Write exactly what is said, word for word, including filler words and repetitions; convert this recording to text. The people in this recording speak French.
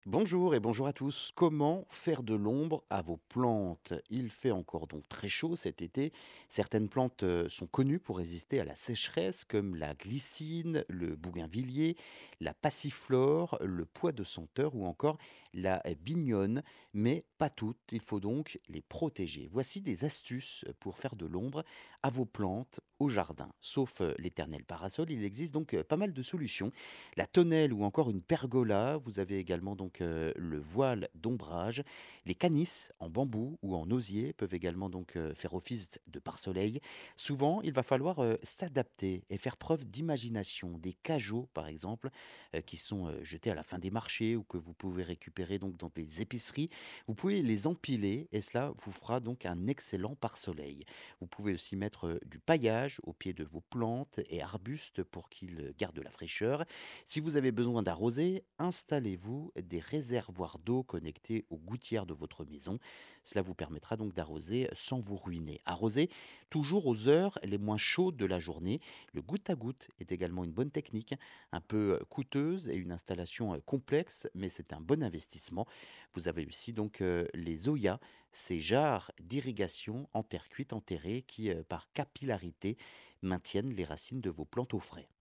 Bonjour et bonjour à tous. Comment faire de l'ombre à vos plantes? Il fait encore donc très chaud cet été. Certaines plantes euh, sont connues pour résister à la sécheresse, comme la glycine, le bougainvillier, la passiflore, le pois de senteur ou encore la bignonne. Mais pas toutes. Il faut donc les protéger. Voici des astuces pour faire de l'ombre à vos plantes au jardin. Sauf euh, l'éternel parasol, il existe donc euh, pas mal de solutions. La tonnelle ou encore une pergola. Vous avez également donc euh, le voile d'ombrage. Les canisses en bambou ou en osier peuvent également donc euh, faire office de pare-soleil. Souvent, il va falloir euh, s'adapter et faire preuve d'imagination. Des cajots, par exemple, euh, qui sont euh, jetés à la fin des marchés ou que vous pouvez récupérer donc dans des épiceries. Vous pouvez les empiler et cela vous fera donc un excellent pare-soleil. Vous pouvez aussi mettre euh, du paillage au pied de vos plantes et arbustes pour qu'ils gardent la fraîcheur. Si vous avez besoin d'arroser, installez-vous des réservoirs d'eau connectés aux gouttières de votre maison. Cela vous permettra donc d'arroser sans vous ruiner. Arroser toujours aux heures les moins chaudes de la journée. Le goutte à goutte est également une bonne technique, un peu coûteuse et une installation euh, complexe, mais c'est un bon investissement. Vous avez aussi donc euh, les Oya, ces jarres d'irrigation en terre cuite enterrée qui, euh, par capillarité, maintiennent les racines de vos plantes au frais.